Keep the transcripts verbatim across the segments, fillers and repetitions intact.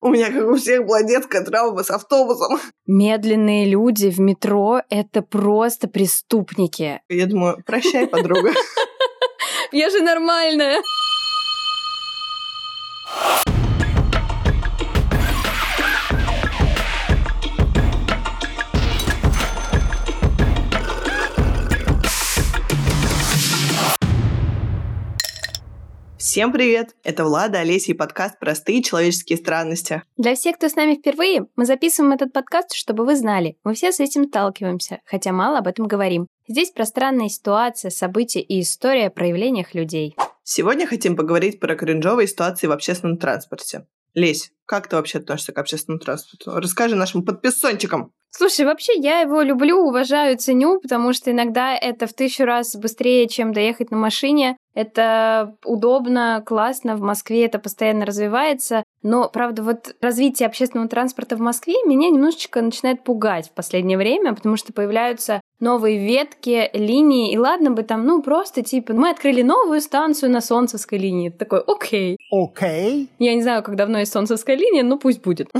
У меня, как у всех, была детская травма с автобусом. Медленные люди в метро — это просто преступники. Я думаю, прощай, подруга. Я же нормальная. Всем привет! Это Влада, Олеся и подкаст «Простые человеческие странности». Для всех, кто с нами впервые, мы записываем этот подкаст, чтобы вы знали. Мы все с этим сталкиваемся, хотя мало об этом говорим. Здесь пространная ситуация, события и история о проявлениях людей. Сегодня хотим поговорить про кринжовые ситуации в общественном транспорте. Лесь, как ты вообще относишься к общественному транспорту? Расскажи нашим подписончикам. Слушай, вообще я его люблю, уважаю, ценю, потому что иногда это в тысячу раз быстрее, чем доехать на машине. Это удобно, классно, в Москве это постоянно развивается. Но, правда, вот развитие общественного транспорта в Москве меня немножечко начинает пугать в последнее время, потому что появляются новые ветки, линии, и ладно бы там, ну, просто типа, мы открыли новую станцию на Солнцевской линии. Ты такой, окей. Окей. Я не знаю, как давно есть Солнцевская линия, но пусть будет.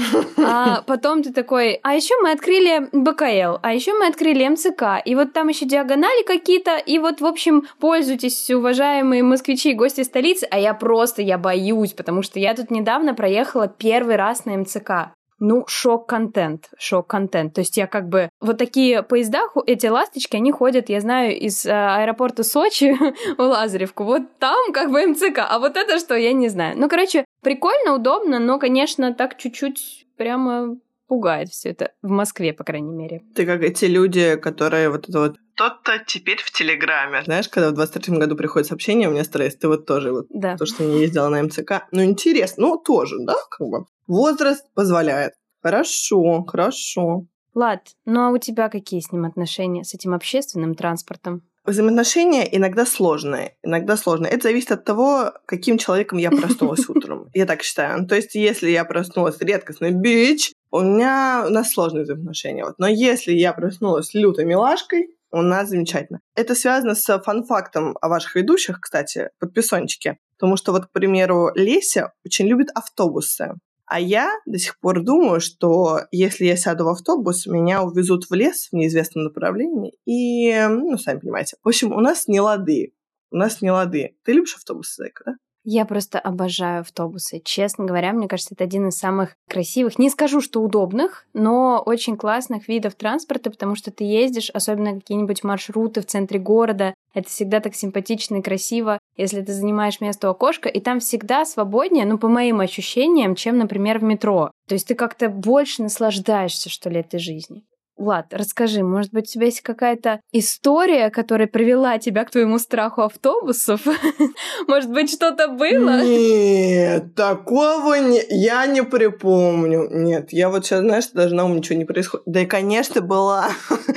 А потом ты такой, а еще мы открыли бэ ка эл, а еще мы открыли эм цэ ка, и вот там еще диагонали какие-то, и вот, в общем, пользуйтесь, уважаемые москвичи и гости столицы, а я просто, я боюсь, потому что я тут недавно проехала первый раз на эм цэ ка. Ну, шок-контент, шок-контент. То есть я как бы... Вот такие поезда, эти ласточки, они ходят, я знаю, из э, аэропорта Сочи в Лазаревку. Вот там как бы эм цэ ка, а вот это что, я не знаю. Ну, короче, прикольно, удобно, но, конечно, так чуть-чуть прямо пугает все это. В Москве, по крайней мере. Ты как эти люди, которые вот это вот... Тот-то теперь в Телеграме. Знаешь, когда в двадцать третьем году приходит сообщение, у меня стресс, ты вот тоже вот... Да. То, что не ездила на эм цэ ка. Ну, интересно. Ну, тоже, да, как бы. Возраст позволяет. Хорошо, хорошо. Влад, ну а у тебя какие с ним отношения, с этим общественным транспортом? Взаимоотношения иногда сложные. Иногда сложные. Это зависит от того, каким человеком я проснулась утром. Я так считаю. То есть, если я проснулась редкостной бич, у меня у нас сложные взаимоотношения. Вот. Но если я проснулась лютой милашкой, у нас замечательно. Это связано с фан-фактом о ваших ведущих, кстати, подписончики. Потому что, вот, к примеру, Леся очень любит автобусы. А я до сих пор думаю, что если я сяду в автобус, меня увезут в лес в неизвестном направлении. И, ну, сами понимаете. В общем, у нас не лады. У нас не лады. Ты любишь автобусы, зайка, да? Я просто обожаю автобусы. Честно говоря, мне кажется, это один из самых красивых, не скажу, что удобных, но очень классных видов транспорта, потому что ты ездишь, особенно какие-нибудь маршруты в центре города. Это всегда так симпатично и красиво, если ты занимаешь место у окошка, и там всегда свободнее, ну, по моим ощущениям, чем, например, в метро. То есть ты как-то больше наслаждаешься, что ли, этой жизнью. Влад, расскажи, может быть, у тебя есть какая-то история, которая привела тебя к твоему страху автобусов? Может быть, что-то было? Нет, такого не... я не припомню. Нет, я вот сейчас, знаешь, даже на ум ничего не происходит. Да и, конечно, была.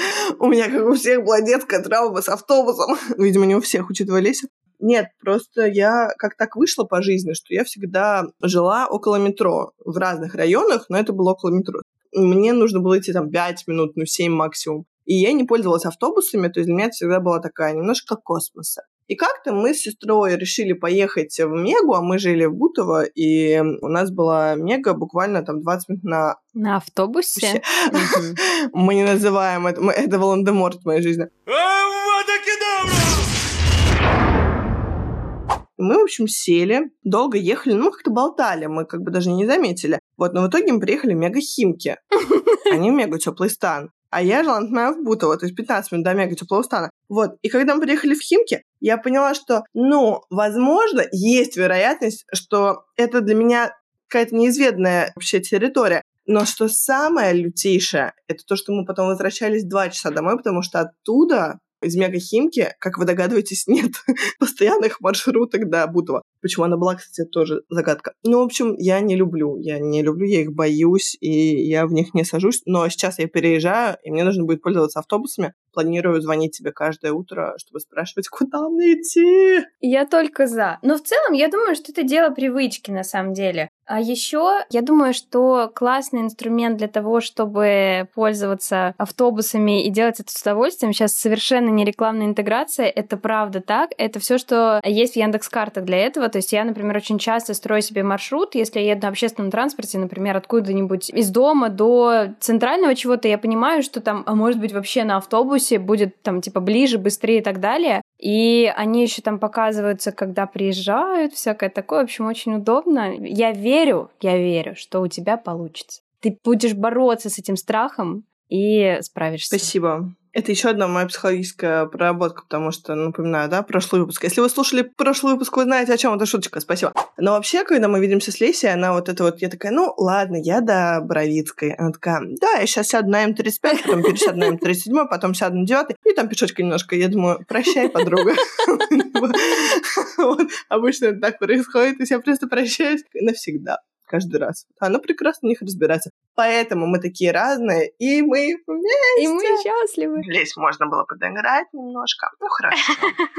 У меня, как у всех, была детская травма с автобусом. Видимо, не у всех, учитывая Лесю. Нет, просто я как так вышла по жизни, что я всегда жила около метро в разных районах, но это было около метро. Мне нужно было идти там пять минут, ну семь максимум. И я не пользовалась автобусами, то есть для меня это всегда была такая немножко космоса. И как-то мы с сестрой решили поехать в Мегу, а мы жили в Бутово, и у нас была Мега буквально там двадцать минут на... На автобусе? Мы не называем это... Это Волан-де-Морт в моей жизни. Мы, в общем, сели, долго ехали, ну, как-то болтали, мы как бы даже не заметили. Вот, но в итоге мы приехали в Мега-Химки, а не в Мега-Теплый стан. А я жила, например, в Бутово, то есть пятнадцать минут до Мега-Теплого стана. Вот, и когда мы приехали в Химки, я поняла, что, ну, возможно, есть вероятность, что это для меня какая-то неизведанная вообще территория. Но что самое лютейшее, это то, что мы потом возвращались два часа домой, потому что оттуда... Из Мега-Химки, как вы догадываетесь, нет постоянных маршруток до Бутова. Почему она была, кстати, тоже загадка. Ну, в общем, я не люблю. Я не люблю, я их боюсь, и я в них не сажусь. Но сейчас я переезжаю, и мне нужно будет пользоваться автобусами. Планирую звонить тебе каждое утро, чтобы спрашивать, куда мне идти. Я только за. Но в целом, я думаю, что это дело привычки, на самом деле. А еще я думаю, что классный инструмент для того, чтобы пользоваться автобусами и делать это с удовольствием, сейчас совершенно не рекламная интеграция, это правда так, это все, что есть в Яндекс.Картах для этого. То есть я, например, очень часто строю себе маршрут, если я еду на общественном транспорте, например, откуда-нибудь из дома до центрального чего-то, я понимаю, что там, а может быть, вообще на автобусе будет там типа ближе, быстрее и так далее. И они еще там показываются, когда приезжают, всякое такое. В общем, очень удобно. Я верю, я верю, что у тебя получится. Ты будешь бороться с этим страхом и справишься. Спасибо. Это еще одна моя психологическая проработка, потому что, напоминаю, да, прошлый выпуск. Если вы слушали прошлый выпуск, вы знаете, о чем это шуточка, спасибо. Но вообще, когда мы видимся с Лесей, она вот это вот, я такая, ну, ладно, я до Боровицкой. Она такая, да, я сейчас сяду на эм тридцать пять, потом пересяду на эм тридцать семь, потом сяду на девятый, и там пешочка немножко. Я думаю, прощай, подруга. Обычно это так происходит, и я просто прощаюсь навсегда. Каждый раз. Она прекрасно в них разбирается. Поэтому мы такие разные, и мы вместе. И мы счастливы. Здесь можно было подыграть немножко. Ну, хорошо.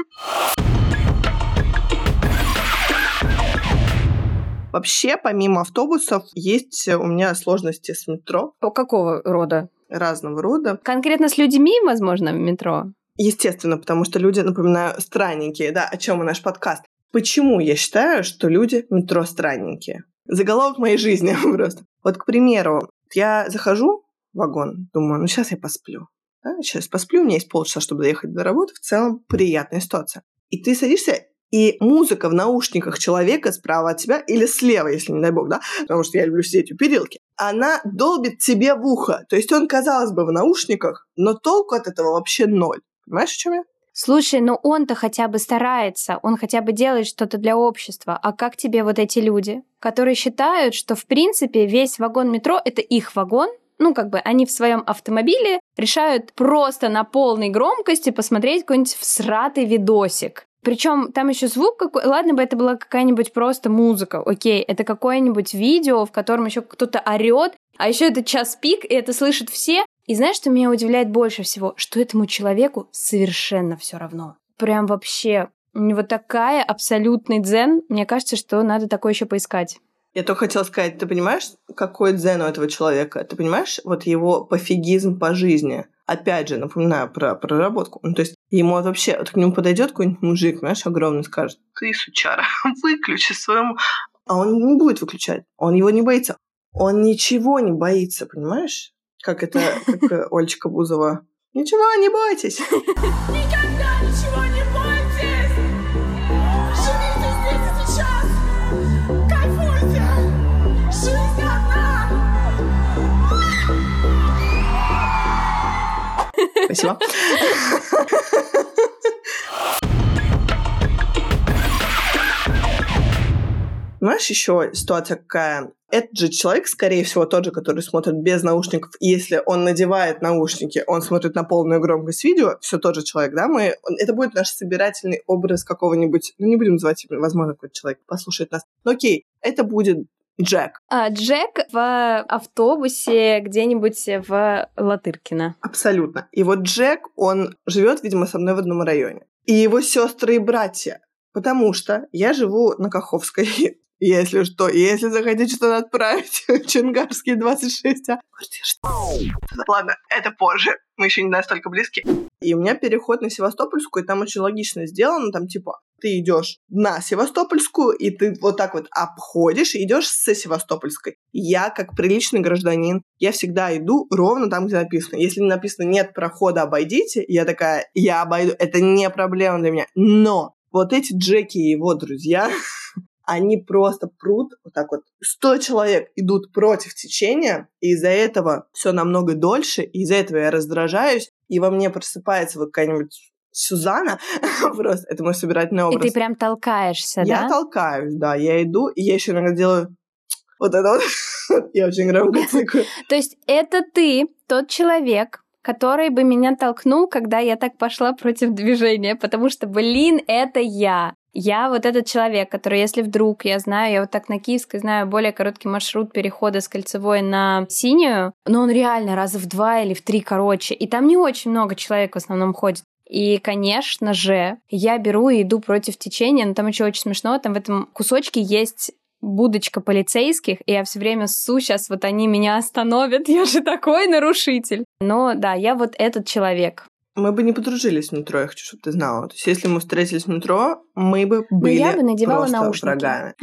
Вообще, помимо автобусов, есть у меня сложности с метро. О, какого рода? Разного рода. Конкретно с людьми, возможно, в метро? Естественно, потому что люди, напоминаю, странненькие. Да, о чем и наш подкаст. Почему я считаю, что люди в метро странненькие? Заголовок моей жизни просто. Вот, к примеру, я захожу в вагон, думаю, ну сейчас я посплю. Да? Сейчас посплю, у меня есть полчаса, чтобы доехать до работы. В целом приятная ситуация. И ты садишься, и музыка в наушниках человека справа от тебя или слева, если не дай бог, да, потому что я люблю сидеть у перилки, она долбит тебе в ухо. То есть он, казалось бы, в наушниках, но толку от этого вообще ноль. Понимаешь, о чем я? Слушай, ну он-то хотя бы старается, он хотя бы делает что-то для общества. А как тебе вот эти люди, которые считают, что в принципе весь вагон метро — это их вагон? Ну, как бы они в своем автомобиле решают просто на полной громкости посмотреть какой-нибудь всратый видосик. Причем там еще звук какой. Ладно бы это была какая-нибудь просто музыка, окей, это какое-нибудь видео, в котором еще кто-то орет, а еще это час пик, и это слышат все. И знаешь, что меня удивляет больше всего? Что этому человеку совершенно все равно. Прям вообще, у него такая абсолютный дзен. Мне кажется, что надо такое еще поискать. Я только хотела сказать, ты понимаешь, какой дзен у этого человека? Ты понимаешь, вот его пофигизм по жизни. Опять же, напоминаю про проработку. Ну, то есть ему вот вообще, вот к нему подойдет какой-нибудь мужик, знаешь, огромный, скажет, ты, сучара, выключи своему... А он не будет выключать, он его не боится. Он ничего не боится, понимаешь? Как это, как Олечка Бузова. Ничего, не бойтесь. Никогда ничего не бойтесь. Живите здесь и сейчас. Кайфуйте. Жизнь одна. Спасибо. Знаешь, еще ситуация какая? Этот же человек, скорее всего, тот же, который смотрит без наушников, и если он надевает наушники, он смотрит на полную громкость видео, все тот же человек, да, мы, он, это будет наш собирательный образ какого-нибудь, ну, не будем называть его, возможно, какой-то человек послушает нас, но окей, это будет Джек. А, Джек в автобусе где-нибудь в Латыркино. Абсолютно. И вот Джек, он живет, видимо, со мной в одном районе. И его сестры и братья. Потому что я живу на Каховской. Если что, если захотите что-то отправить, Чонгарский двадцать шесть, а? Ладно, это позже. Мы еще не настолько близки. И у меня переход на Севастопольскую, и там очень логично сделано, там типа ты идешь на Севастопольскую, и ты вот так вот обходишь и идешь со Севастопольской. Я, как приличный гражданин, я всегда иду ровно там, где написано. Если не написано «нет прохода, обойдите», я такая, я обойду, это не проблема для меня. Но вот эти Джеки и его друзья, они просто прут, вот так вот, сто человек идут против течения, и из-за этого все намного дольше, и из-за этого я раздражаюсь, и во мне просыпается вот какая-нибудь Сюзанна, просто, это мой собирательный образ. И ты прям толкаешься, я да? Я толкаюсь, да, я иду, и я еще иногда делаю вот это вот, я очень громко цикаю. То есть это ты, тот человек, который бы меня толкнул, когда я так пошла против движения, потому что, блин, это я. Я вот этот человек, который, если вдруг, я знаю, я вот так на Киевской знаю более короткий маршрут перехода с Кольцевой на Синюю, но он реально раза в два или в три короче, и там не очень много человек в основном ходит. И, конечно же, я беру и иду против течения, но там еще очень смешно, там в этом кусочке есть будочка полицейских, и я все время ссу, сейчас вот они меня остановят, я же такой нарушитель. Но да, я вот этот человек. Мы бы не подружились в метро, я хочу, чтобы ты знала. То есть, если мы встретились в метро, мы бы были я бы надевала просто наушники. врагами.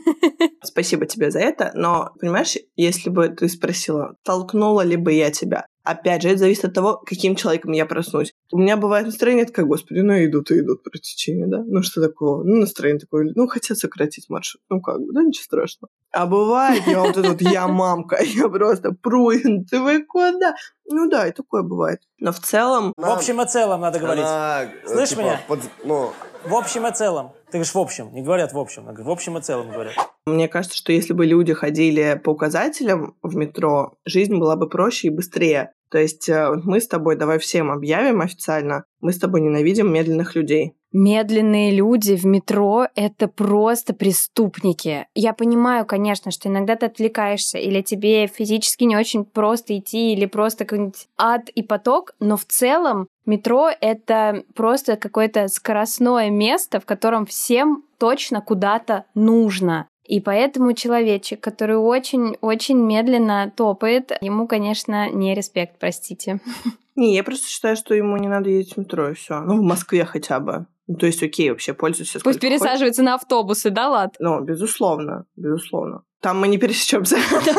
Спасибо тебе за это, но, понимаешь, если бы ты спросила, толкнула ли бы я тебя, опять же, это зависит от того, каким человеком я проснусь. У меня бывает настроение такое, господи, ну идут и идут по течению, да? Ну что такого? Ну настроение такое, ну хотят сократить маршрут, ну как бы, да, ничего страшного. А бывает, я вот тут, я мамка, я просто пру, ты вы куда? Ну да, и такое бывает. Но в целом... В общем и целом надо говорить. Она, Слышь типа, меня? под- ну, В общем и целом. Ты говоришь в общем, не говорят в общем. а В общем и целом говорят. Мне кажется, что если бы люди ходили по указателям в метро, жизнь была бы проще и быстрее. То есть э, мы с тобой, давай всем объявим официально, мы с тобой ненавидим медленных людей. Медленные люди в метро — это просто преступники. Я понимаю, конечно, что иногда ты отвлекаешься, или тебе физически не очень просто идти, или просто какой-нибудь ад и поток, но в целом метро — это просто какое-то скоростное место, в котором всем точно куда-то нужно. И поэтому человечек, который очень-очень медленно топает, ему, конечно, не респект, простите. Не, я просто считаю, что ему не надо ездить в метро, и все. Ну, в Москве хотя бы. Ну, то есть, окей, вообще, пользуйся сколько Пусть пересаживается на автобусы, да, Лад? Ну, безусловно, безусловно. Там мы не пересечемся.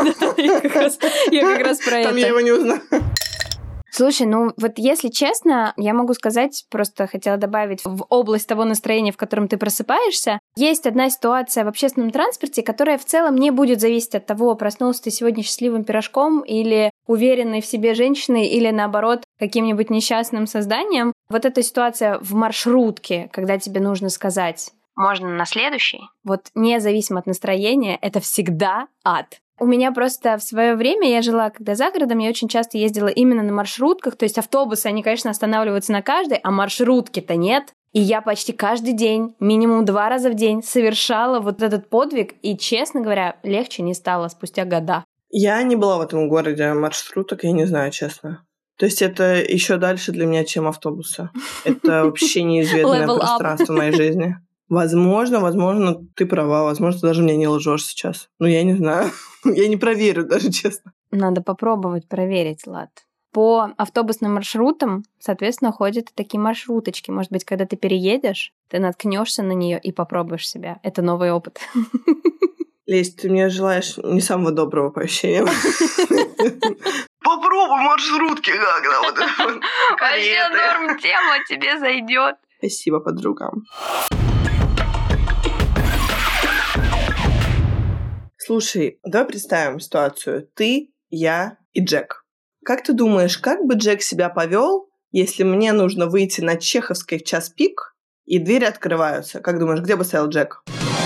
Я как раз про это. Там я его не узнаю. Слушай, ну вот если честно, я могу сказать, просто хотела добавить в область того настроения, в котором ты просыпаешься. Есть одна ситуация в общественном транспорте, которая в целом не будет зависеть от того, проснулся ты сегодня счастливым пирожком или уверенной в себе женщиной, или наоборот каким-нибудь несчастным созданием. Вот эта ситуация в маршрутке, когда тебе нужно сказать «можно на следующий?», вот независимо от настроения, это всегда ад. У меня просто в свое время, я жила когда за городом, я очень часто ездила именно на маршрутках, то есть автобусы, они, конечно, останавливаются на каждой, а маршрутки-то нет. И я почти каждый день, минимум два раза в день, совершала вот этот подвиг, и, честно говоря, легче не стало спустя года. Я не была в этом городе маршруток, я не знаю, честно. То есть это еще дальше для меня, чем автобусы. Это вообще неизведанное пространство в моей жизни. Возможно, возможно, ты права, возможно, ты даже мне не лжешь сейчас. Ну, я не знаю. Я не проверю даже, честно. Надо попробовать проверить, Лад. По автобусным маршрутам, соответственно, ходят такие маршруточки. Может быть, когда ты переедешь, ты наткнешься на нее и попробуешь себя. Это новый опыт. Лесь, ты мне желаешь не самого доброго по ощущениям. Попробуй маршрутки как-то. Вообще норм тема тебе зайдет. Спасибо, подруга. Слушай, давай представим ситуацию. Ты, я и Джек. Как ты думаешь, как бы Джек себя повел, если мне нужно выйти на Чеховской в час пик, и двери открываются? Как думаешь, где бы стоял Джек?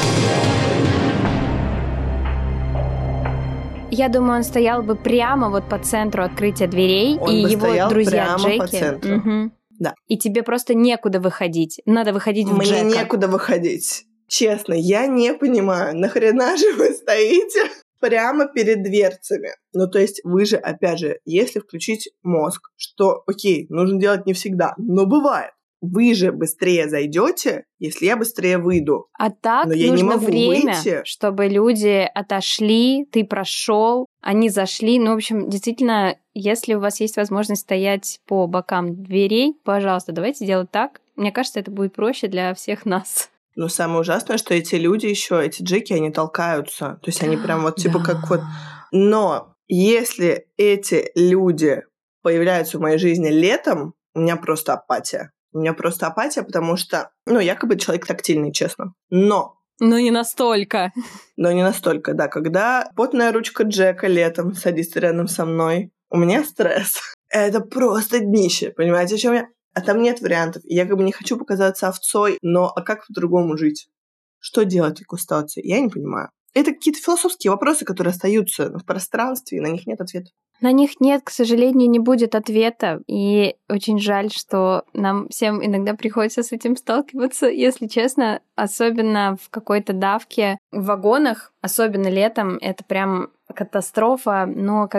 Я думаю, он стоял бы прямо вот по центру открытия дверей, Он и бы его стоял друзья прямо Джеки. по центру. Мгм. Да. И тебе просто некуда выходить. Надо выходить в Мне Джека. некуда выходить. Честно, я не понимаю, нахрена же вы стоите прямо перед дверцами? Ну, то есть вы же, опять же, если включить мозг, что, окей, нужно делать не всегда, но бывает. Вы же быстрее зайдете, если я быстрее выйду. А так Но я не нужно могу время, выйти. чтобы люди отошли, ты прошел, они зашли. Ну, в общем, действительно, если у вас есть возможность стоять по бокам дверей, пожалуйста, давайте делать так. Мне кажется, это будет проще для всех нас. Но самое ужасное, что эти люди еще, эти Джеки, они толкаются. То есть они прям вот типа как вот... Но если эти люди появляются в моей жизни летом, у меня просто апатия. У меня просто апатия, потому что, ну, якобы человек тактильный, честно. Но... Ну, не настолько. Но не настолько, да. Когда потная ручка Джека летом садится рядом со мной, у меня стресс. Это просто днище, понимаете, о чем я? А там нет вариантов. Я как бы не хочу показаться овцой, но а как по-другому жить? Что делать в такой ситуации? Я не понимаю. Это какие-то философские вопросы, которые остаются в пространстве, и на них нет ответа. На них нет, к сожалению, не будет ответа. И очень жаль, что нам всем иногда приходится с этим сталкиваться, если честно. Особенно в какой-то давке в вагонах, особенно летом, это прям катастрофа. Но как бы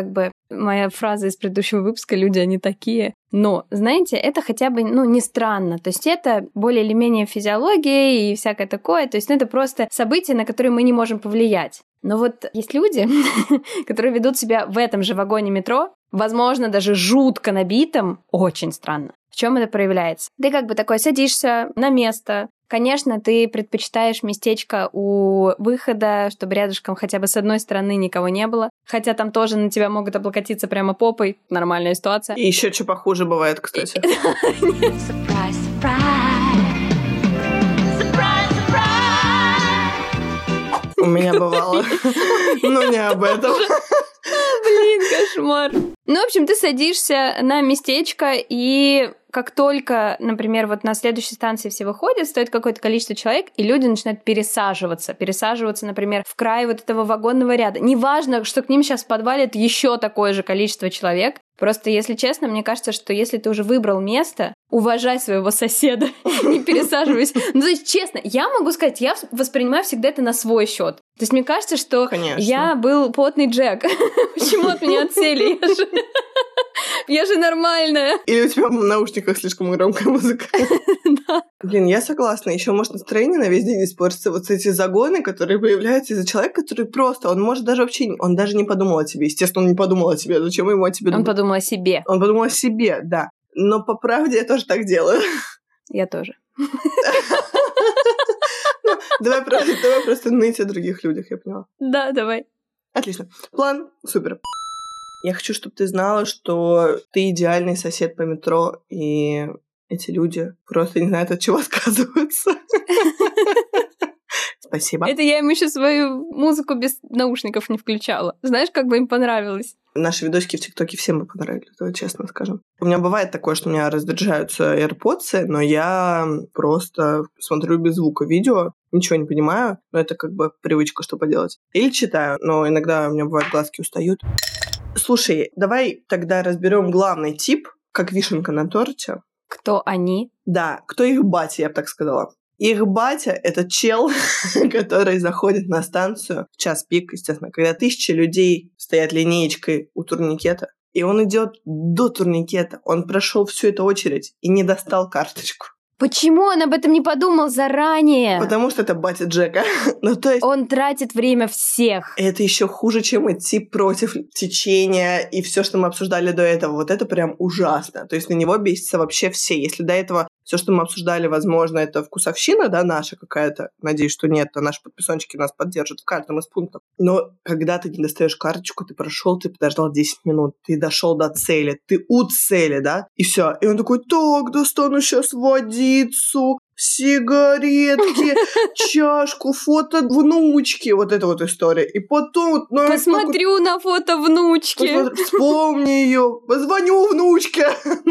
Моя фраза из предыдущего выпуска «люди, они такие». Но, знаете, это хотя бы, ну, не странно. То есть это более или менее физиология и всякое такое. То есть ну, это просто события, на которые мы не можем повлиять. Но вот есть люди, которые ведут себя в этом же вагоне метро, возможно, даже жутко набитым. Очень странно. В чем это проявляется? Ты как бы такой садишься на место. Конечно, ты предпочитаешь местечко у выхода, чтобы рядышком хотя бы с одной стороны никого не было. Хотя там тоже на тебя могут облокотиться прямо попой. Нормальная ситуация. И еще что похуже бывает, кстати. У меня бывало. Но не об этом. Блин, кошмар. Ну, в общем, ты садишься на местечко, и как только, например, вот на следующей станции все выходят, стоит какое-то количество человек, и люди начинают пересаживаться. Пересаживаться, например, в край вот этого вагонного ряда. Неважно, что к ним сейчас подвалит еще такое же количество человек. Просто, если честно, мне кажется, что если ты уже выбрал место, уважай своего соседа, не пересаживайся. Ну, то есть, честно, я могу сказать, я воспринимаю всегда это на свой счет. То есть, мне кажется, что Конечно. Я был потный Джек. Почему от меня отсели? Я же... Я же нормальная. Или у тебя в наушниках слишком громкая музыка. Да. Блин, я согласна. Еще может настроение на весь день испортиться. Вот эти загоны, которые появляются из-за человека, который просто, он может даже вообще, он даже не подумал о тебе. Естественно, он не подумал о тебе. Зачем ему о тебе Он думать? подумал о себе. Он подумал о себе, да. Но по правде я тоже так делаю. Я тоже. Давай просто, давай просто ныть о других людях, я поняла. Да, давай. Отлично. План супер. Я хочу, чтобы ты знала, что ты идеальный сосед по метро, и эти люди просто не знают, от чего отказываются. Спасибо. Это я им еще свою музыку без наушников не включала. Знаешь, как бы им понравилось? Наши видосики в ТикТоке всем бы понравились, давай честно скажем. У меня бывает такое, что у меня разряжаются AirPods, но я просто смотрю без звука видео, ничего не понимаю, но это как бы привычка, что поделать. Или читаю, но иногда у меня бывают глазки устают. Слушай, давай тогда разберем главный тип, как вишенка на торте. Кто они? Да, кто их батя, я бы так сказала. Их батя — это чел, который заходит на станцию в час пик, естественно, когда тысячи людей стоят линеечкой у турникета, и он идет до турникета. Он прошел всю эту очередь и не достал карточку. Почему он об этом не подумал заранее? Потому что это батя Джека. Ну, то есть... Он тратит время всех. Это еще хуже, чем идти против течения и все, что мы обсуждали до этого. Вот это прям ужасно. То есть на него бесятся вообще все. Если до этого все, что мы обсуждали, возможно, это вкусовщина, да, наша какая-то. Надеюсь, что нет, а наши подписончики нас поддержат в каждом из пунктов. Но когда ты не достаешь карточку, ты прошел, ты подождал десять минут, ты дошел до цели, ты у цели, да, и все. И он такой: так, достану сейчас водицу, сигаретки, чашку, фото внучки. Вот эта вот история. И потом... Ну, посмотрю вот, на фото внучки. Посмотрю, вспомни ее. Позвоню внучке.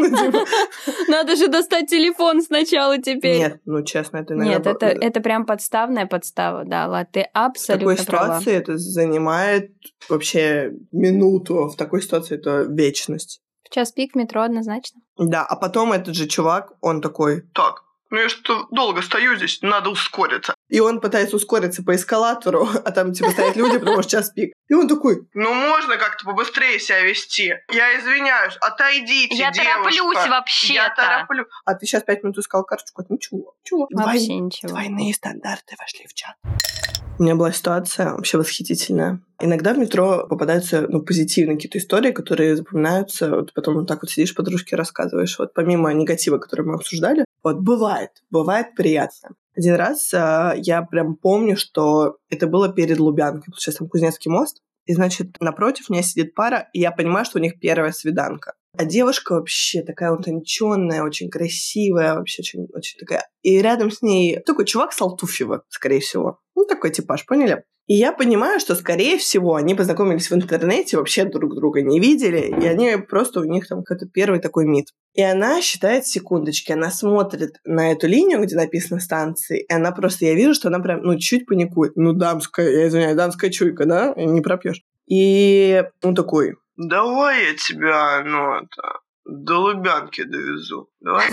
Надо же достать телефон сначала теперь. Нет, ну честно, это иногда... Нет, это, это прям подставная подстава, да, Ла, ты абсолютно права. В такой ситуации это занимает вообще минуту. В такой ситуации это вечность. В час пик в метро однозначно. Да, а потом этот же чувак, он такой: так, ну я что долго стою здесь, надо ускориться. И он пытается ускориться по эскалатору, а там типа стоят люди, потому что час пик. И он такой: ну можно как-то побыстрее себя вести. Я извиняюсь, отойдите, я девушка. Я тороплюсь вообще-то. Я тороплю. А ты сейчас пять минут искал карточку? Ничего, ничего. Вообще Двой... ничего. Двойные стандарты вошли в чат. У меня была ситуация вообще восхитительная. Иногда в метро попадаются, ну, позитивные какие-то истории, которые запоминаются. Вот потом вот так вот сидишь, подружке рассказываешь. Вот помимо негатива, который мы обсуждали, вот бывает, бывает приятно. Один раз а, я прям помню, что это было перед Лубянкой. Сейчас там Кузнецкий мост. И, значит, напротив меня сидит пара, и я понимаю, что у них первая свиданка. А девушка вообще такая утонченная, очень красивая, вообще очень, очень такая. И рядом с ней такой чувак с Алтуфьева, скорее всего. Ну, такой типаж, поняли? И я понимаю, что, скорее всего, они познакомились в интернете, вообще друг друга не видели, и они просто, у них там какой-то первый такой мит. И она считает секундочки, она смотрит на эту линию, где написано станции, и она просто, я вижу, что она прям, ну, чуть паникует. Ну, дамская, я извиняюсь, дамская чуйка, да? Не пропьешь. И он такой: давай я тебя, ну, это, до Лубянки довезу. Давай.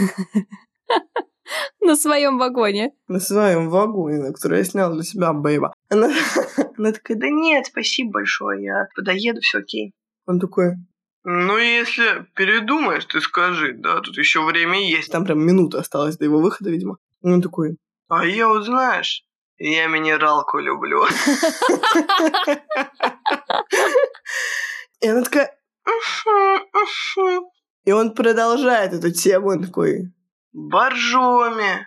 На своем вагоне. На своем вагоне, на который я снял для себя, бейба. Она, она такая: да нет, спасибо большое, я подоеду, все окей. Он такой: Ну, если передумаешь, ты скажи, да, тут еще время есть. Там прям минута осталась до его выхода, видимо. И он такой, а я вот, знаешь, я минералку люблю. И она такая... И он продолжает эту тему, он такой... Боржоми,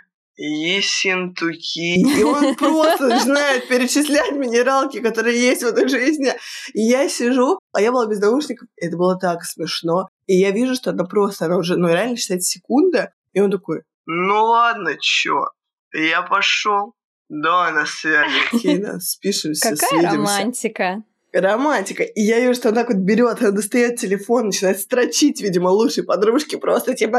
Ессентуки. И он просто начинает перечислять минералки, которые есть в этой жизни. И я сижу, а я была без наушников. Это было так смешно. И я вижу, что она просто, она уже, ну, реально считает секунды. И он такой, ну ладно, чё, я пошел. Давай на связи. Кина, спишемся, Какая свидимся. романтика. Романтика. И я вижу, что она так вот берет, она достает телефон, начинает строчить, видимо, лучшей подружки, просто типа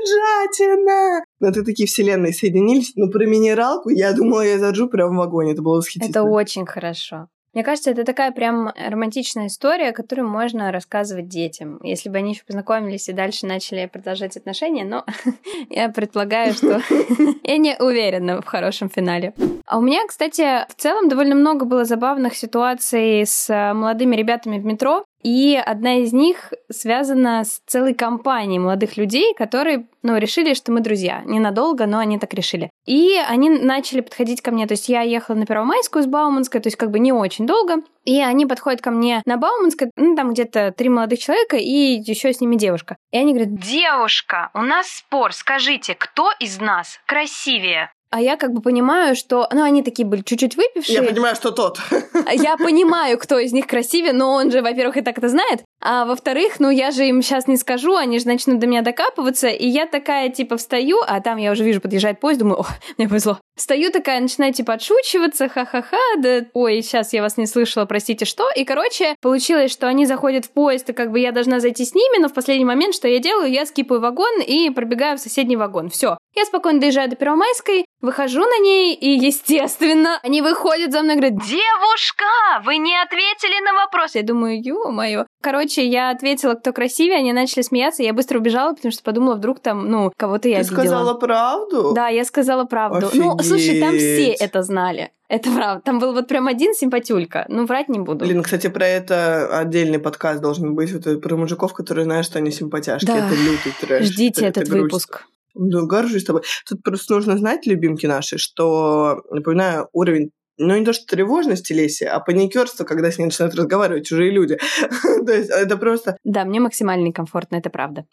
кринжатина. Но это такие вселенные соединились. Но про минералку я думала, я заржу прям в вагоне. Это было восхитительно. Это очень хорошо. Мне кажется, это такая прям романтичная история, которую можно рассказывать детям, если бы они еще познакомились и дальше начали продолжать отношения, но я предполагаю, что я не уверена в хорошем финале. А у меня, кстати, в целом довольно много было забавных ситуаций с молодыми ребятами в метро, и одна из них связана с целой компанией молодых людей, которые, ну, решили, что мы друзья. Ненадолго, но они так решили. И они начали подходить ко мне. То есть я ехала на Первомайскую с Бауманской, то есть как бы не очень долго. И они подходят ко мне на Бауманской, ну, там где-то три молодых человека и еще с ними девушка. И они говорят, девушка, у нас спор, скажите, кто из нас красивее? А я как бы понимаю, что... Ну, они такие были чуть-чуть выпившие. Я понимаю, что тот. Я понимаю, кто из них красивее, но он же, во-первых, и так это знает. А во-вторых, ну, я же им сейчас не скажу, они же начнут до меня докапываться. И я такая, типа, встаю, а там я уже вижу, подъезжает поезд, думаю, о, мне повезло. Встаю такая, начинаю, типа, отшучиваться, ха-ха-ха, да, ой, сейчас я вас не слышала, простите, что? И, короче, получилось, что они заходят в поезд, и как бы я должна зайти с ними, но в последний момент, что я делаю, я скипаю вагон и пробегаю в соседний вагон. Все. Я спокойно доезжаю до Первомайской, выхожу на ней, и, естественно, они выходят за мной и говорят, девушка, вы не ответили на вопрос. Я думаю, ё-моё. Короче, я ответила, кто красивее, они начали смеяться, я быстро убежала, потому что подумала, вдруг там, ну, кого-то я Ты обидела. сказала правду? Да, я сказала правду. Офигеть. Ну, слушай, там все это знали. Это правда. Там был вот прям один симпатюлька. Ну, врать не буду. Блин, кстати, про это отдельный подкаст должен быть. Вот про мужиков, которые знают, что они симпатяшки. Да. Это лютый трэш. Ждите это, этот это выпуск. Да, горжусь тобой. Тут просто нужно знать, любимки наши, что, напоминаю, уровень, ну, не то что тревожности Леси, а паникерства, когда с ней начинают разговаривать чужие люди. То есть это просто... Да, мне максимально некомфортно, это правда.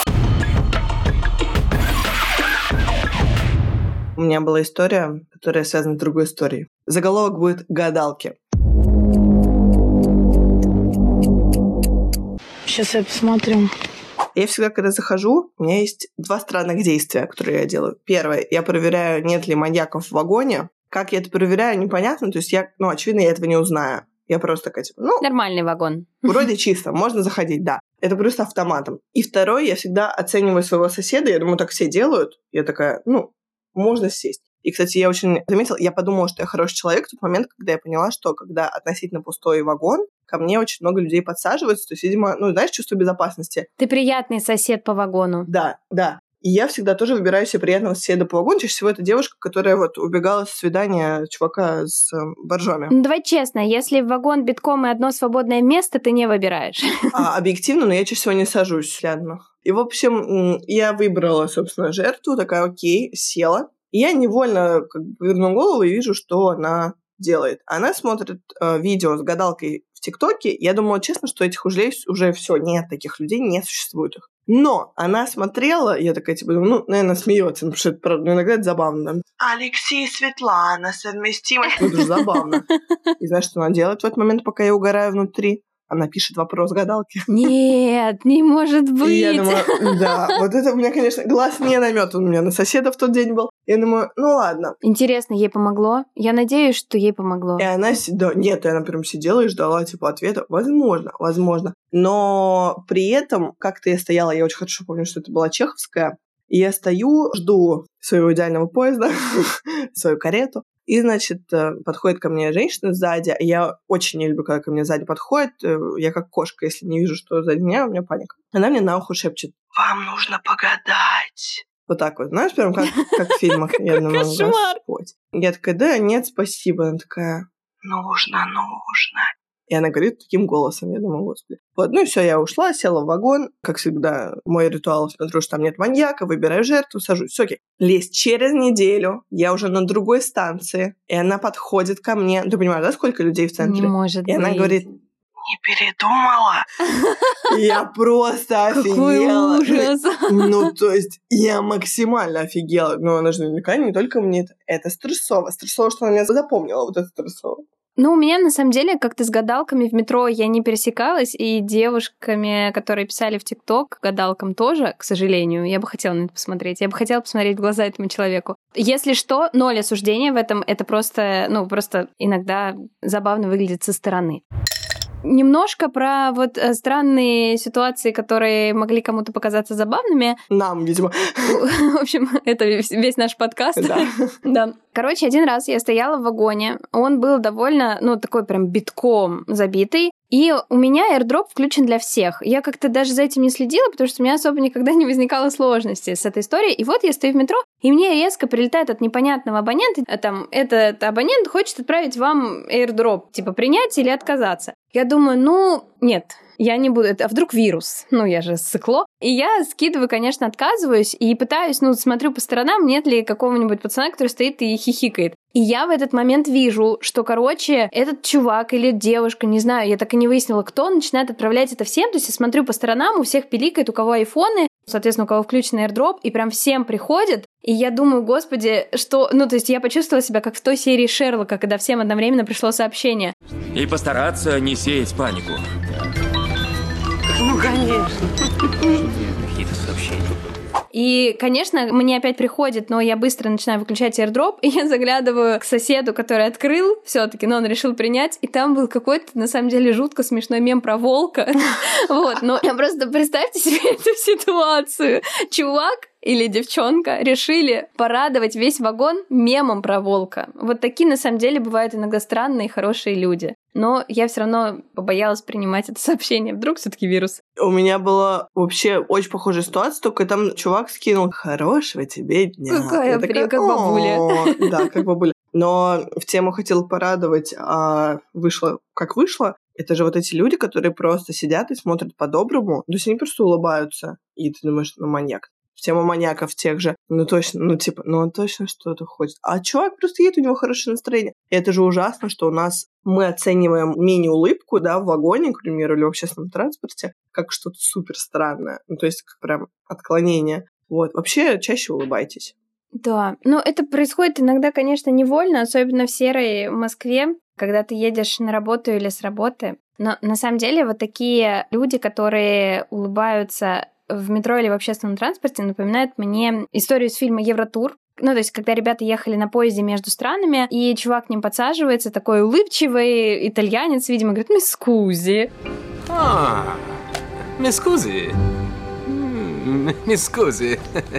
У меня была история, которая связана с другой историей. Заголовок будет «Гадалки». Сейчас я посмотрю. Я всегда, когда захожу, у меня есть два странных действия, которые я делаю. Первое, я проверяю, нет ли маньяков в вагоне. Как я это проверяю, непонятно. То есть я, ну, очевидно, я этого не узнаю. Я просто такая, типа, ну... Нормальный вагон. Вроде чисто, можно заходить, да. Это просто автоматом. И второе, я всегда оцениваю своего соседа. Я думаю, так все делают. Я такая, ну, можно сесть. И, кстати, я очень заметила, я подумала, что я хороший человек в тот момент, когда я поняла, что когда относительно пустой вагон, ко мне очень много людей подсаживаются. То есть, видимо, ну, знаешь, чувство безопасности. Ты приятный сосед по вагону. Да, да. И я всегда тоже выбираю себе приятного соседа по вагону. Чаще всего это девушка, которая вот убегала с свидания чувака с э, боржоми. Ну, давай честно, если в вагон битком и одно свободное место, ты не выбираешь. А, объективно, но я чаще всего не сажусь рядом. И, в общем, я выбрала, собственно, жертву, такая, окей, села. И я невольно как бы поверну голову и вижу, что она делает. Она смотрит э, видео с гадалкой в ТикТоке. Я думала, честно, что этих уже, уже все, нет таких людей, не существует их. Но она смотрела, я такая, типа, ну, наверное, смеется, потому что это, правда, ну, иногда это забавно. Алексей и Светлана, совместимость. Ну, это же забавно. И знаешь, что она делает в этот момент, пока я угораю внутри? Она пишет вопрос гадалки. Нет, не может быть. И я думаю, да, вот это у меня, конечно, глаз не наметан у меня на соседа в тот день был. Я думаю, ну ладно. Интересно, ей помогло? Я надеюсь, что ей помогло. И она, да, нет, и она прям сидела и ждала, типа, ответа. Возможно, возможно. Но при этом, как-то я стояла, я очень хорошо помню, что это была чеховская, и я стою, жду своего идеального поезда, свою карету. И, значит, подходит ко мне женщина сзади. Я очень не люблю, когда ко мне сзади подходит. Я как кошка, если не вижу, что сзади меня, у меня паника. Она мне на ухо шепчет: «Вам нужно погадать». Вот так вот, знаешь, прям как, как в фильмах. Я думаю, Господь. Я такая, да, нет, спасибо. Она такая, нужно, нужно. И она говорит таким голосом, я думаю, господи. Вот, ну и все, я ушла, села в вагон. Как всегда, мой ритуал, смотрю, что там нет маньяка, выбираю жертву, сажусь. Все окей. Лезть через неделю, я уже на другой станции, и она подходит ко мне. Ты понимаешь, да, сколько людей в центре? Не может и быть. она говорит, не передумала? Я просто офигела. Какой ужас. Ну, то есть, я максимально офигела. Но она же наверняка не только мне. Это стрессово. Стрессово, что она меня запомнила, вот это стрессово. Ну, у меня, на самом деле, как-то с гадалками в метро я не пересекалась, и девушками, которые писали в ТикТок, гадалкам тоже, к сожалению, я бы хотела на это посмотреть. Я бы хотела посмотреть в глаза этому человеку. Если что, ноль осуждения в этом. Это просто, ну, просто иногда забавно выглядит со стороны. Немножко про вот странные ситуации, которые могли кому-то показаться забавными. Нам, видимо. В общем, это весь наш подкаст. Да. Да. Короче, один раз я стояла в вагоне. Он был довольно, ну, такой прям битком забитый. И у меня AirDrop включен для всех. Я как-то даже за этим не следила, потому что у меня особо никогда не возникало сложности с этой историей. И вот я стою в метро, и мне резко прилетает от непонятного абонента. Там, этот абонент хочет отправить вам AirDrop. Типа, принять или отказаться. Я думаю, ну, нет, я не буду. А вдруг вирус? Ну, я же сыкло. И я скидываю, конечно, отказываюсь и пытаюсь, ну, смотрю по сторонам, нет ли какого-нибудь пацана, который стоит и хихикает. И я в этот момент вижу, что, короче, этот чувак или девушка, не знаю, я так и не выяснила, кто, начинает отправлять это всем. То есть я смотрю по сторонам, у всех пиликает, у кого айфоны, соответственно, у кого включен AirDrop, и прям всем приходит. И я думаю, господи, что... Ну, то есть я почувствовала себя как в той серии Шерлока, когда всем одновременно пришло сообщение. И постараться не сеять панику. Ну, конечно. Какие-то сообщения. И, конечно, мне опять приходит, но я быстро начинаю выключать AirDrop, и я заглядываю к соседу, который открыл все-таки, но он решил принять, и там был какой-то, на самом деле, жутко смешной мем про волка. Вот, но просто представьте себе эту ситуацию. Чувак или девчонка решили порадовать весь вагон мемом про волка. Вот такие, на самом деле, бывают иногда странные, хорошие люди. Но я все равно побоялась принимать это сообщение. Вдруг все-таки вирус. У меня была вообще очень похожая ситуация, только там чувак скинул «Хорошего тебе дня». Какая прям, как бабуля. Да, как бабуля. Но в тему хотела порадовать, а вышло как вышло. Это же вот эти люди, которые просто сидят и смотрят по-доброму. То есть они просто улыбаются. И ты думаешь, ну, маньяк. В тему маньяков тех же. Ну, точно, ну, типа, ну, он точно что-то хочет. А чувак просто едет, у него хорошее настроение. И это же ужасно, что у нас мы оцениваем мини-улыбку, да, в вагоне, к примеру, или в общественном транспорте, как что-то супер странное. Ну, то есть, как прям отклонение. Вот. Вообще, чаще улыбайтесь. Да, но это происходит иногда, конечно, невольно, особенно в серой Москве, когда ты едешь на работу или с работы. Но на самом деле вот такие люди, которые улыбаются в метро или в общественном транспорте, напоминают мне историю из фильма «Евротур». Ну, то есть, когда ребята ехали на поезде между странами, и чувак к ним подсаживается, такой улыбчивый итальянец, видимо, говорит «Мисс Скузи». А, мисс Скузи. Мисс Скузи.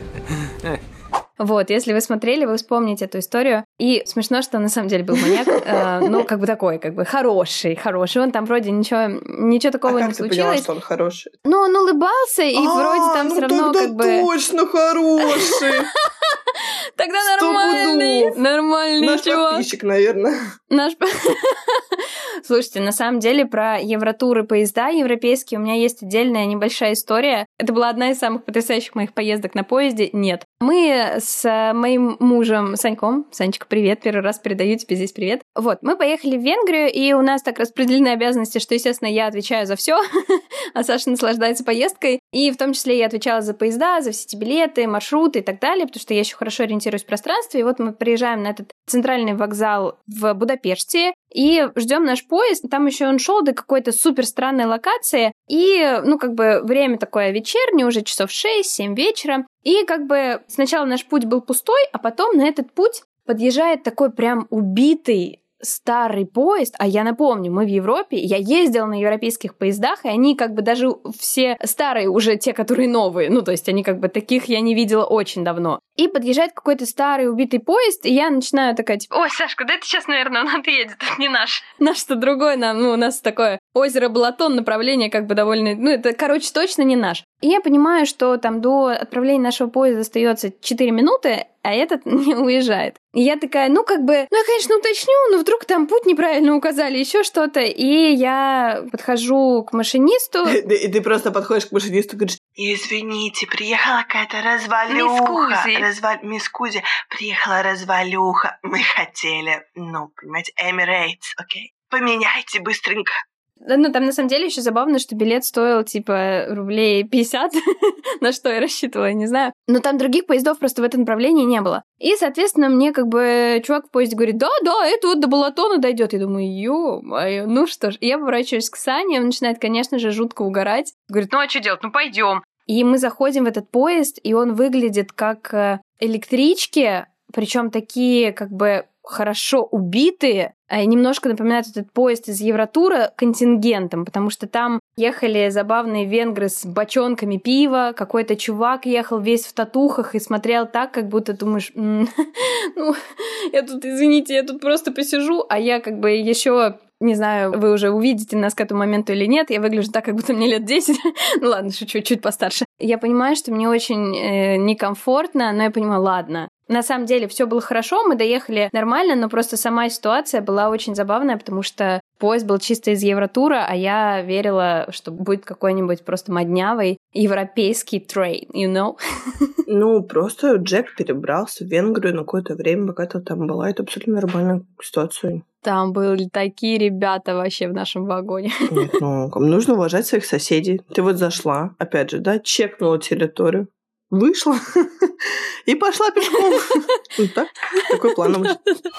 Вот, если вы смотрели, вы вспомните эту историю. И смешно, что на самом деле был маньяк, э, ну, как бы такой, как бы хороший, хороший. Он там вроде ничего, ничего такого а не как случилось. ты поняла, что он хороший? Ну, он улыбался, и а, вроде там ну все равно как бы... точно хороший! Тогда нормальный, нормальный Наш чувак. подписчик, наверное. Наш... Слушайте, на самом деле про Евротуры поезда европейские у меня есть отдельная небольшая история. Это была одна из самых потрясающих моих поездок на поезде. Нет. Мы с моим мужем Саньком, Санечка, привет, первый раз передаю тебе здесь привет. Вот, мы поехали в Венгрию, и у нас так распределены обязанности, что, естественно, я отвечаю за все, а Саша наслаждается поездкой. И в том числе я отвечала за поезда, за все эти билеты, маршруты и так далее, потому что я еще хорошо ориентируюсь в пространстве. И вот мы приезжаем на этот центральный вокзал в Будапеште и ждем наш поезд. Там еще он шел до какой-то супер странной локации. И, ну, как бы время такое вечернее, уже часов шесть-семь вечера. И как бы сначала наш путь был пустой, а потом на этот путь подъезжает такой прям убитый старый поезд, а я напомню, мы в Европе, я ездила на европейских поездах, и они как бы даже все старые уже, те, которые новые, ну, то есть они как бы таких я не видела очень давно. И подъезжает какой-то старый убитый поезд, и я начинаю такая, типа, ой, Сашка, да это сейчас, наверное, он отъедет, это не наш. Наш-то другой, нам, ну, у нас такое озеро Балатон, направление как бы довольно, ну, это, короче, точно не наш. И я понимаю, что там до отправления нашего поезда остается четыре минуты, а этот не уезжает. И я такая, ну как бы, ну я, конечно, уточню, но вдруг там путь неправильно указали, еще что-то. И я подхожу к машинисту. И ты просто подходишь к машинисту и говоришь: извините, приехала какая-то развалюха. Развал... Мискузи, приехала развалюха. Мы хотели, ну, понимаете, Emirates, окей? Поменяйте быстренько. Ну, там на самом деле еще забавно, что билет стоил типа рублей пятьдесят, на что я рассчитывала, я не знаю. Но там других поездов просто в этом направлении не было. И, соответственно, мне как бы чувак в поезде говорит: да, да, это вот до Балатона дойдет. Я думаю, ё-моё, ну что ж. И я поворачиваюсь к Сане, он начинает, конечно же, жутко угорать. Говорит: ну а что делать, ну пойдем. И мы заходим в этот поезд, и он выглядит как электрички, причем такие как бы хорошо убитые, немножко напоминает этот поезд из Евротура контингентом, потому что там ехали забавные венгры с бочонками пива, какой-то чувак ехал весь в татухах и смотрел так, как будто думаешь, м-м, ну, я тут, извините, я тут просто посижу, а я как бы еще... Не знаю, вы уже увидите нас к этому моменту или нет. Я выгляжу так, как будто мне лет десять. Ну ладно, шучу, чуть постарше. Я понимаю, что мне очень э, некомфортно, но я понимаю, ладно. На самом деле все было хорошо, мы доехали нормально, но просто сама ситуация была очень забавная, потому что поезд был чисто из Евротура, а я верила, что будет какой-нибудь просто моднявый европейский трейн, you know? Ну, просто Джек перебрался в Венгрию на какое-то время, пока ты там была. Это абсолютно нормальная ситуация. Там были такие ребята вообще в нашем вагоне. Нет, ну, нужно уважать своих соседей. Ты вот зашла, опять же, да, чекнула территорию, вышла и пошла пешком. Вот так, такой план обычно.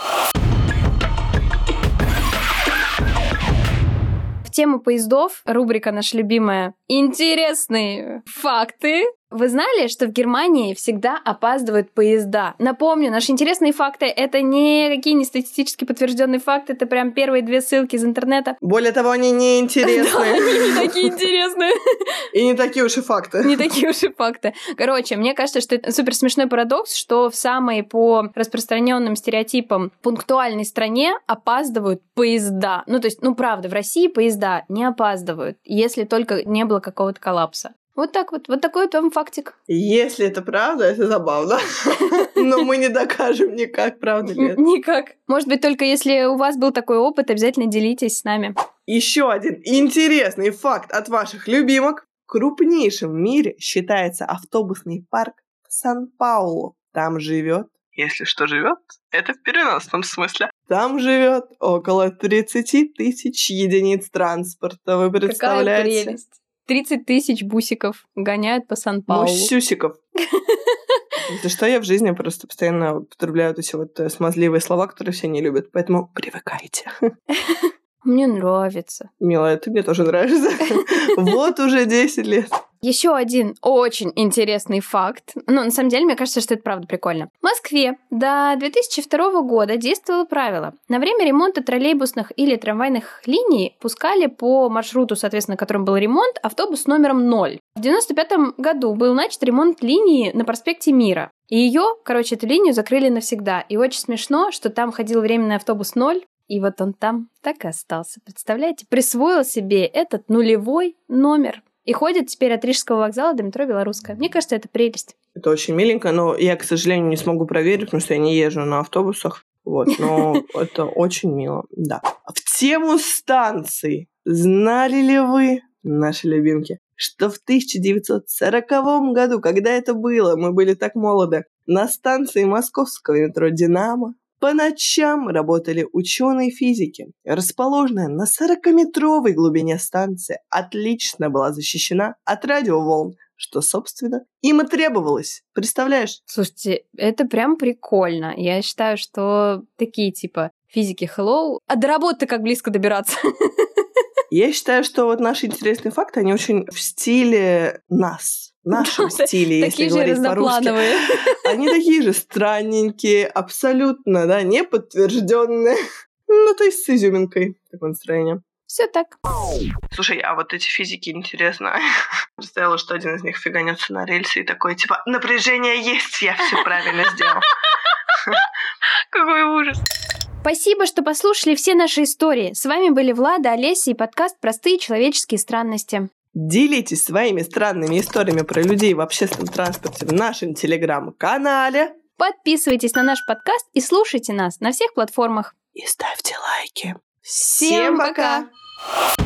В тему поездов рубрика наша любимая «Интересные факты». Вы знали, что в Германии всегда опаздывают поезда? Напомню, наши интересные факты — это никакие не статистически подтвержденные факты, это прям первые две ссылки из интернета. Более того, они неинтересные. Они не такие интересные. И не такие уж и факты. Не такие уж и факты. Короче, мне кажется, что это супер смешной парадокс, что в самой по распространенным стереотипам пунктуальной стране опаздывают поезда. Ну, то есть, ну, правда, в России поезда не опаздывают, если только не было какого-то коллапса. Вот так вот. Вот такой вот вам фактик. Если это правда, это забавно. Но мы не докажем никак, правда ли это. Никак. Может быть, только если у вас был такой опыт, обязательно делитесь с нами. Еще один интересный факт от ваших любимок. Крупнейшим в мире считается автобусный парк в Сан-Паулу. Там живет, если что живет, это в переносном смысле. Там живет около тридцать тысяч единиц транспорта. Вы представляете? Какая прелесть. тридцать тысяч бусиков гоняют по Сан-Паулу. Мусюсиков. За что я в жизни просто постоянно употребляю вот эти вот смазливые слова, которые все не любят. Поэтому привыкайте. Мне нравится. Милая, ты мне тоже нравишься. Вот уже десять лет. Еще один очень интересный факт. Ну, на самом деле, мне кажется, что это правда прикольно. В Москве до две тысячи второго года действовало правило. На время ремонта троллейбусных или трамвайных линий пускали по маршруту, соответственно, которым был ремонт, автобус с номером ноль. В девяносто пятом году был начат ремонт линии на проспекте Мира. И ее, короче, эту линию закрыли навсегда. И очень смешно, что там ходил временный автобус ноль, и вот он там так и остался. Представляете? Присвоил себе этот нулевой номер. И ходит теперь от Рижского вокзала до метро Белорусская. Мне кажется, это прелесть. Это очень миленько, но я, к сожалению, не смогу проверить, потому что я не езжу на автобусах. Вот, но это очень мило, да. В тему станций. Знали ли вы, наши любимки, что в тысяча девятьсот сороковом году, когда это было, мы были так молоды, на станции московского метро «Динамо» по ночам работали ученые физики. Расположенная на сорокаметровой глубине станция отлично была защищена от радиоволн, что, собственно, им и требовалось. Представляешь? Слушайте, это прям прикольно. Я считаю, что такие типа физики hello, а до работы как близко добираться. Я считаю, что вот наши интересные факты, они очень в стиле нас. В нашем стиле, если говорить по-русски. Они такие же странненькие, абсолютно, да, неподтвержденные. Ну, то есть с изюминкой. Такое настроение. Все так. Слушай, а вот эти физики, интересно. Представила, что один из них фиганется на рельсы и такой, типа, напряжение есть, я все правильно сделал. Какой ужас. Спасибо, что послушали все наши истории. С вами были Влада, Олеся и подкаст «Простые человеческие странности». Делитесь своими странными историями про людей в общественном транспорте в нашем телеграм-канале. Подписывайтесь на наш подкаст и слушайте нас на всех платформах. И ставьте лайки. Всем пока!